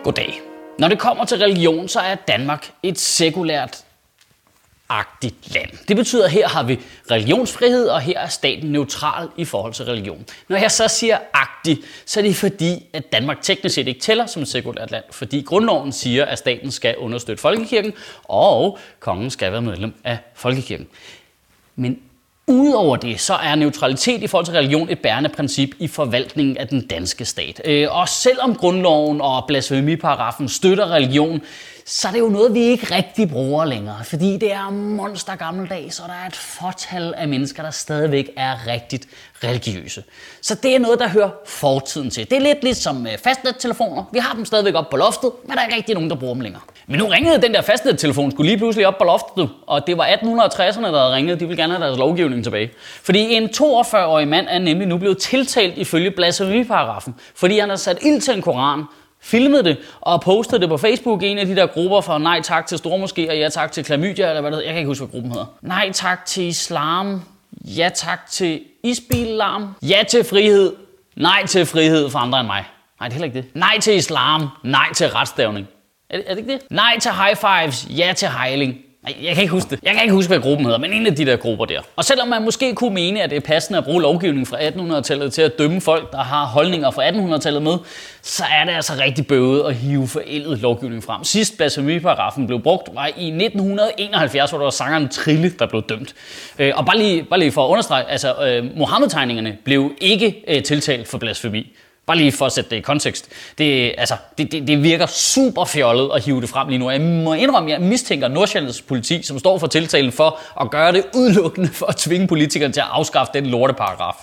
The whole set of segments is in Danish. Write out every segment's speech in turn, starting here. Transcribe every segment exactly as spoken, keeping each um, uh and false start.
Goddag. Når det kommer til religion, så er Danmark et sekulært agtigt land. Det betyder, at her har vi religionsfrihed, og her er staten neutral i forhold til religion. Når jeg så siger agtig, så er det fordi, at Danmark teknisk set ikke tæller som et sekulært land, fordi grundloven siger, at staten skal understøtte folkekirken, og kongen skal være medlem af folkekirken. Men udover det, så er neutralitet i forhold til religion et bærende princip i forvaltningen af den danske stat. Og selvom grundloven og blasfemiparagrafen støtter religion, så er det jo noget, vi ikke rigtig bruger længere, fordi det er monster gammeldags, og der er et fortal af mennesker, der stadigvæk er rigtigt religiøse. Så det er noget, der hører fortiden til. Det er lidt ligesom fastnettelefoner. Vi har dem stadigvæk op på loftet, men der er ikke rigtig nogen, der bruger dem længere. Men nu ringede den der fastnettelefon skulle lige pludselig op på loftet, og det var atten tresserne, der havde ringet. De ville gerne have deres lovgivning tilbage. Fordi en toogfyrre-årig mand er nemlig nu blevet tiltalt ifølge blasfemiparagrafen, fordi han har sat ild til en koran, filmede det og postede det på Facebook i en af de der grupper for nej tak til stormoské og ja tak til klamydia, eller hvad det hedder. Jeg kan ikke huske, hvad gruppen hedder. Nej tak til islam. Ja tak til isbilarm. Ja til frihed. Nej til frihed for andre end mig. Nej, det er heller ikke det. Nej til islam. Nej til retstavning. Er det, er det ikke det? Nej til high fives. Ja til hejling. Nej, jeg kan ikke huske det. Jeg kan ikke huske, hvad gruppen hedder, men en af de der grupper der. Og selvom man måske kunne mene, at det er passende at bruge lovgivning fra attenhundredetallet til at dømme folk, der har holdninger fra attenhundredetallet med, så er det altså rigtig bøvet at hive forældet lovgivning frem. Sidst blasfemiparagrafen blev brugt var i nitten enoghalvfjerds, hvor der var sangeren Trille, der blev dømt. Øh, og bare lige, bare lige for at understrege, altså øh, Mohammed-tegningerne blev ikke øh, tiltalt for blasfemi. Bare lige for at sætte det i kontekst. Det, altså, det, det, det virker super fjollet at hive det frem lige nu. Jeg må indrømme, at jeg mistænker Nordsjællands politi, som står for tiltalen for at gøre det udelukkende for at tvinge politikerne til at afskaffe den lorteparagraf.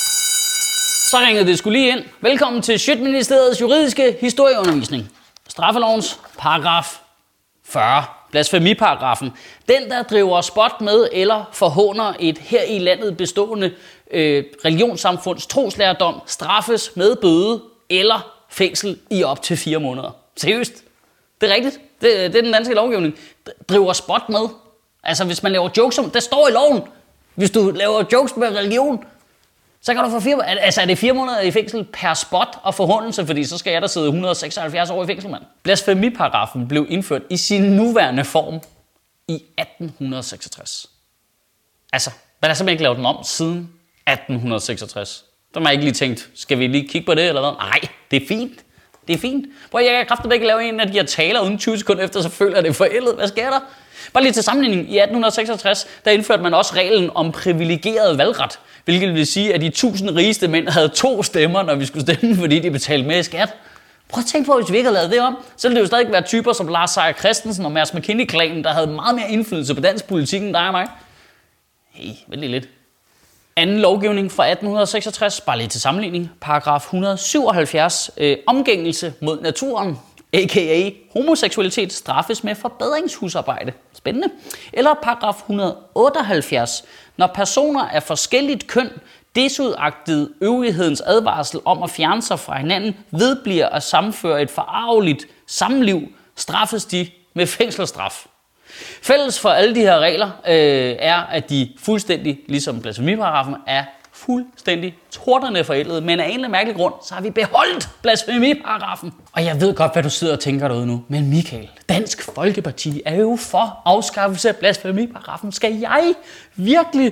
Så ringede det sgu lige ind. Velkommen til Sjøtministeriets juridiske historieundervisning. Straffelovens paragraf fyrre. Blasfemiparagrafen. Den, der driver spot med eller forhåner et her i landet bestående øh, religionssamfunds troslærdom, straffes med bøde eller fængsel i op til fire måneder. Seriøst? Det er rigtigt. Det, det er den danske lovgivning. Driver spot med. Altså hvis man laver jokes om, det står i loven. Hvis du laver jokes med religion, så kan du få fire, altså er det fire måneder i fængsel per spot og forhåndelse, fordi så skal jeg der sidde et hundrede og seksoghalvfjerds år i fængsel, mand. Blasfemiparagrafen blev indført i sin nuværende form i atten seksogtres. Altså, man har simpelthen ikke lavet den om siden atten seksogtres. Der har man ikke lige tænkt, skal vi lige kigge på det eller hvad? Nej, det er fint. Det er fint. Prøv, jeg kan kraftigt ikke lave en af de her taler uden tyve sekunder efter, så føler jeg det forældet. Hvad sker der? Bare lige til sammenligning. I atten seksogtres, der indførte man også reglen om privilegeret valgret. Hvilket vil sige, at de tusind rigeste mænd havde to stemmer, når vi skulle stemme, fordi de betalte mere i skat. Prøv at tænke på, hvis vi ikke havde lavet det om, så ville det jo stadig være typer som Lars Seier Christensen og Mads McKinney-klanen, der havde meget mere indflydelse på dansk politik end dig og mig. Hey, vældig lidt. Anden lovgivning fra atten seksogtres, bare lige til sammenligning, paragraf et hundrede og syvoghalvfjerds, øh, omgængelse mod naturen, a k a homoseksualitet, straffes med forbedringshusarbejde. Spændende. Eller paragraf et hundrede og otteoghalvfjerds, når personer af forskelligt køn desudagtet øvrighedens advarsel om at fjerne sig fra hinanden vedbliver at sammenføre et forarveligt samliv, straffes de med fængselsstraf. Fælles for alle de her regler øh, er, at de fuldstændig, ligesom blasfemiparagrafen, er fuldstændig torderne forældet, men af en eller anden mærkelig grund, så har vi beholdt blasfemiparagrafen. Og jeg ved godt, hvad du sidder og tænker derude nu, men Michael, Dansk Folkeparti er jo for afskaffelse af blasfemiparagrafen. Skal jeg virkelig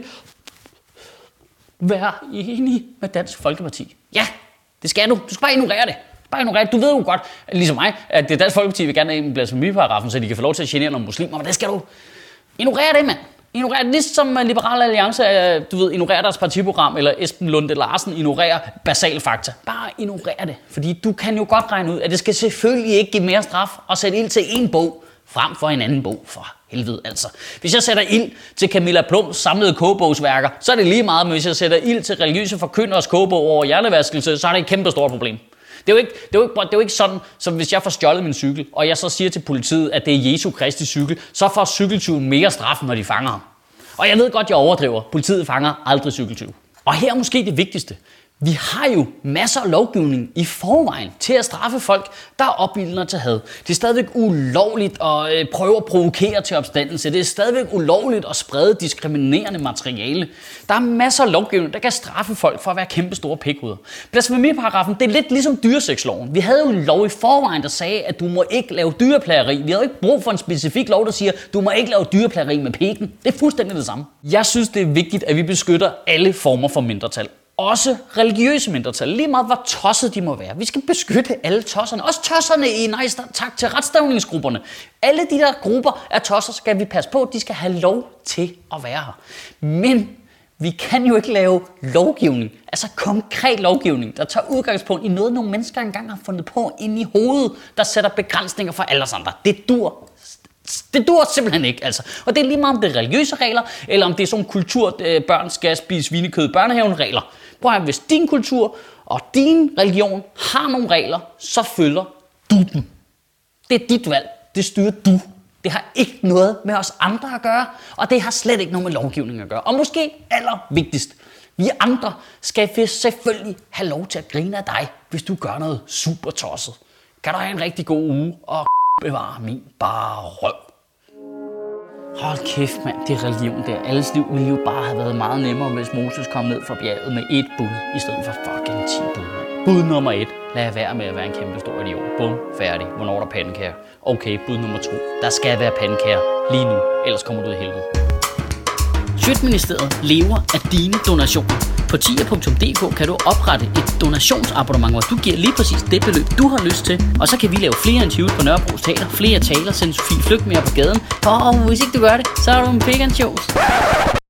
være enig med Dansk Folkeparti? Ja, det skal du. Du skal bare ignorere det. Bare ignorere det. Du ved jo godt, ligesom mig, at det Dansk Folkeparti vil gerne have en blasfemiparagrafen, så de kan få lov til at genere nogle muslimer, men det skal du ignorere det, mand. Ignorer det, ligesom Liberal Alliance, du ved, ignorerer deres partiprogram, eller Esben Lunde Larsen ignorerer basal fakta. Bare ignorer det, fordi du kan jo godt regne ud, at det skal selvfølgelig ikke give mere straf at sætte ild til en bog frem for en anden bog. For helvede altså. Hvis jeg sætter ild til Camilla Plums samlede kogebogsværker, så er det lige meget, men hvis jeg sætter ild til religiøse forkynderes kogebog over hjernevaskelse, så er det et kæmpe stort problem. Det er, jo ikke, det, er jo ikke, det er jo ikke sådan, som hvis jeg får stjålet min cykel, og jeg så siger til politiet, at det er Jesu Kristi cykel, så får cykeltyven mere straf, når de fanger ham. Og jeg ved godt, jeg overdriver. Politiet fanger aldrig cykeltyve. Og her er måske det vigtigste. Vi har jo masser af lovgivning i forvejen til at straffe folk, der er opildner til had. Det er stadigvæk ulovligt at prøve at provokere til opstandelse. Det er stadigvæk ulovligt at sprede diskriminerende materiale. Der er masser af lovgivning, der kan straffe folk for at være kæmpe store pikhoveder. Blasfemiparagrafen, det er lidt ligesom dyresexloven. Vi havde jo en lov i forvejen, der sagde, at du må ikke lave dyreplageri. Vi havde ikke brug for en specifik lov, der siger, at du må ikke lave dyreplageri med pikken. Det er fuldstændig det samme. Jeg synes, det er vigtigt, at vi beskytter alle former for mindretal. Også religiøse mindretal, lige meget hvor tosset de må være. Vi skal beskytte alle tosserne. Også tosserne i nej tak til retsstavningsgrupperne. Alle de der grupper af tosser skal vi passe på, de skal have lov til at være her. Men vi kan jo ikke lave lovgivning, altså konkret lovgivning, der tager udgangspunkt i noget, nogle mennesker engang har fundet på inde i hovedet, der sætter begrænsninger for alle os andre. Det dur. Det dur simpelthen ikke, altså. Og det er lige meget om det er religiøse regler, eller om det er sådan kultur, børn skal spise svinekød i børnehaven regler. Prøv at høre, hvis din kultur og din religion har nogle regler, så følger du dem. Det er dit valg. Det styrer du. Det har ikke noget med os andre at gøre, og det har slet ikke noget med lovgivning at gøre. Og måske allervigtigst, vi andre skal selvfølgelig have lov til at grine af dig, hvis du gør noget super tosset. Kan du have en rigtig god uge, og bevare min bare røv. Hold kæft, mand. Det er religion der. Alles liv ville jo bare have været meget nemmere, hvis Moses kom ned fra bjerget med et bud, i stedet for fucking ti bud, mand. Bud nummer et. Lad være med at være en kæmpe stor idiot. Bum, færdig. Hvornår er der pandekager? Okay, bud nummer to. Der skal være pandekager lige nu, ellers kommer du i helvede. Sjøtministeriet lever af dine donationer. På tier punktum d k kan du oprette et donationsabonnement, hvor du giver lige præcis det beløb, du har lyst til. Og så kan vi lave flere interviews på Nørrebro Teater, flere taler, sende Sofie Flygt mere på gaden. Og hvis ikke du gør det, så er du en vegan shows.